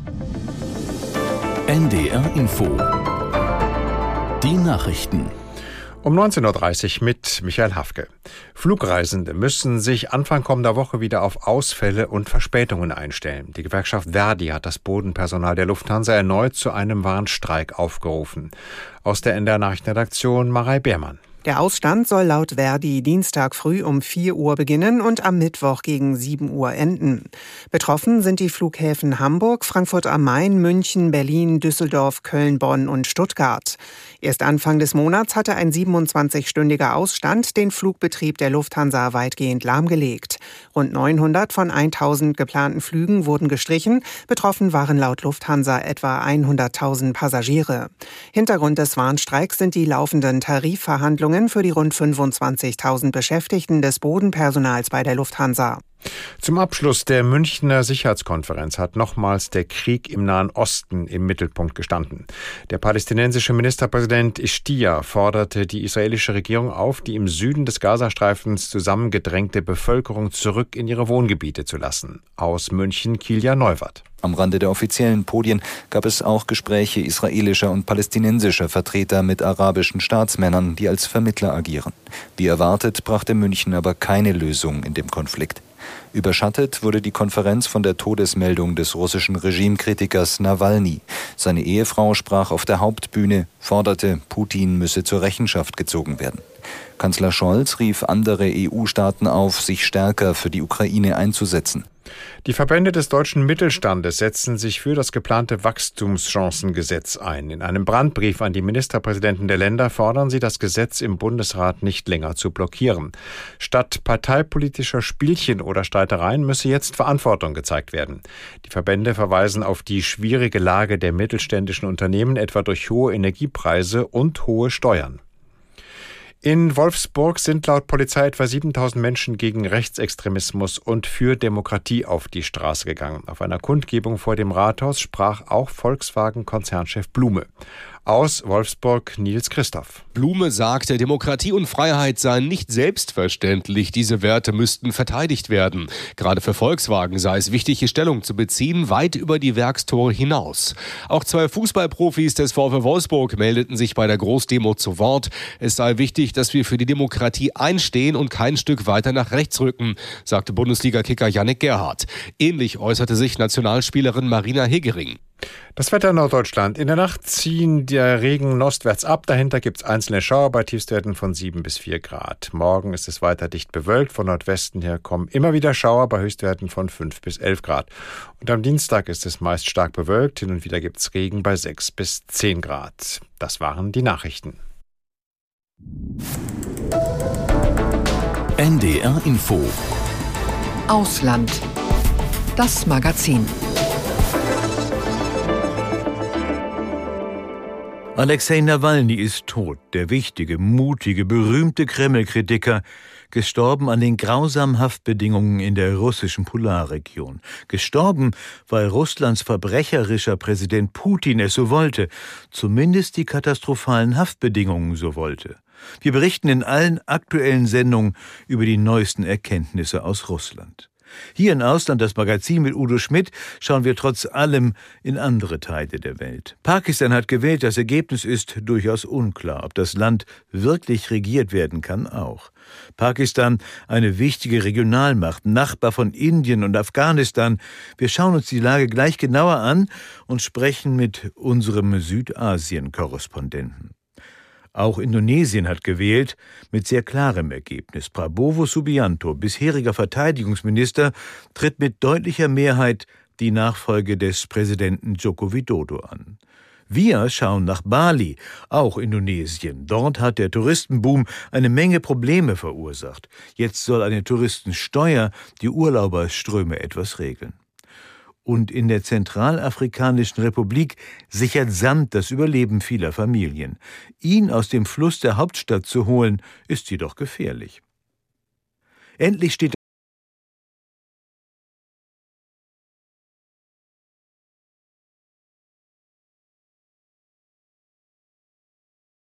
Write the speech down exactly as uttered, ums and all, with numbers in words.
N D R Info. Die Nachrichten. Um neunzehn Uhr dreißig mit Michael Hafke. Flugreisende müssen sich Anfang kommender Woche wieder auf Ausfälle und Verspätungen einstellen. Die Gewerkschaft Verdi hat das Bodenpersonal der Lufthansa erneut zu einem Warnstreik aufgerufen. Aus der N D R-Nachrichtenredaktion Marei Beermann. Der Ausstand soll laut Verdi Dienstag früh um vier Uhr beginnen und am Mittwoch gegen sieben Uhr enden. Betroffen sind die Flughäfen Hamburg, Frankfurt am Main, München, Berlin, Düsseldorf, Köln, Bonn und Stuttgart. Erst Anfang des Monats hatte ein siebenundzwanzigstündiger Ausstand den Flugbetrieb der Lufthansa weitgehend lahmgelegt. Rund neunhundert von tausend geplanten Flügen wurden gestrichen. Betroffen waren laut Lufthansa etwa hunderttausend Passagiere. Hintergrund des Warnstreiks sind die laufenden Tarifverhandlungen für die rund fünfundzwanzigtausend Beschäftigten des Bodenpersonals bei der Lufthansa. Zum Abschluss der Münchner Sicherheitskonferenz hat nochmals der Krieg im Nahen Osten im Mittelpunkt gestanden. Der palästinensische Ministerpräsident Ischtia forderte die israelische Regierung auf, die im Süden des Gazastreifens zusammengedrängte Bevölkerung zurück in ihre Wohngebiete zu lassen. Aus München, Kilja Neuwirth. Am Rande der offiziellen Podien gab es auch Gespräche israelischer und palästinensischer Vertreter mit arabischen Staatsmännern, die als Vermittler agieren. Wie erwartet, brachte München aber keine Lösung in dem Konflikt. Überschattet wurde die Konferenz von der Todesmeldung des russischen Regimekritikers Nawalny. Seine Ehefrau sprach auf der Hauptbühne, forderte, Putin müsse zur Rechenschaft gezogen werden. Kanzler Scholz rief andere E U-Staaten auf, sich stärker für die Ukraine einzusetzen. Die Verbände des deutschen Mittelstandes setzen sich für das geplante Wachstumschancengesetz ein. In einem Brandbrief an die Ministerpräsidenten der Länder fordern sie, das Gesetz im Bundesrat nicht länger zu blockieren. Statt parteipolitischer Spielchen oder Streitereien müsse jetzt Verantwortung gezeigt werden. Die Verbände verweisen auf die schwierige Lage der mittelständischen Unternehmen, etwa durch hohe Energiepreise und hohe Steuern. In Wolfsburg sind laut Polizei etwa siebentausend Menschen gegen Rechtsextremismus und für Demokratie auf die Straße gegangen. Auf einer Kundgebung vor dem Rathaus sprach auch Volkswagen-Konzernchef Blume. Aus Wolfsburg Nils Christoph. Blume sagte, Demokratie und Freiheit seien nicht selbstverständlich. Diese Werte müssten verteidigt werden. Gerade für Volkswagen sei es wichtig, hier Stellung zu beziehen, weit über die Werkstore hinaus. Auch zwei Fußballprofis des VfL Wolfsburg meldeten sich bei der Großdemo zu Wort. Es sei wichtig, dass wir für die Demokratie einstehen und kein Stück weiter nach rechts rücken, sagte Bundesliga-Kicker Yannick Gerhardt. Ähnlich äußerte sich Nationalspielerin Marina Hegering. Das Wetter in Norddeutschland. In der Nacht ziehen der Regen nordwärts ab. Dahinter gibt es einzelne Schauer bei Tiefstwerten von sieben bis vier Grad. Morgen ist es weiter dicht bewölkt. Von Nordwesten her kommen immer wieder Schauer bei Höchstwerten von fünf bis elf Grad. Und am Dienstag ist es meist stark bewölkt. Hin und wieder gibt es Regen bei sechs bis zehn Grad. Das waren die Nachrichten. N D R Info. Ausland. Das Magazin. Alexei Nawalny ist tot, der wichtige, mutige, berühmte Kreml-Kritiker, gestorben an den grausamen Haftbedingungen in der russischen Polarregion. Gestorben, weil Russlands verbrecherischer Präsident Putin es so wollte, zumindest die katastrophalen Haftbedingungen so wollte. Wir berichten in allen aktuellen Sendungen über die neuesten Erkenntnisse aus Russland. Hier in Ausland, das Magazin mit Udo Schmidt, schauen wir trotz allem in andere Teile der Welt. Pakistan hat gewählt, das Ergebnis ist durchaus unklar. Ob das Land wirklich regiert werden kann, auch. Pakistan, eine wichtige Regionalmacht, Nachbar von Indien und Afghanistan. Wir schauen uns die Lage gleich genauer an und sprechen mit unserem Südasien-Korrespondenten. Auch Indonesien hat gewählt, mit sehr klarem Ergebnis. Prabowo Subianto, bisheriger Verteidigungsminister, tritt mit deutlicher Mehrheit die Nachfolge des Präsidenten Joko Widodo an. Wir schauen nach Bali, auch Indonesien. Dort hat der Touristenboom eine Menge Probleme verursacht. Jetzt soll eine Touristensteuer die Urlauberströme etwas regeln. Und in der Zentralafrikanischen Republik sichert Sand das Überleben vieler Familien. Ihn aus dem Fluss der Hauptstadt zu holen, ist jedoch gefährlich. Endlich steht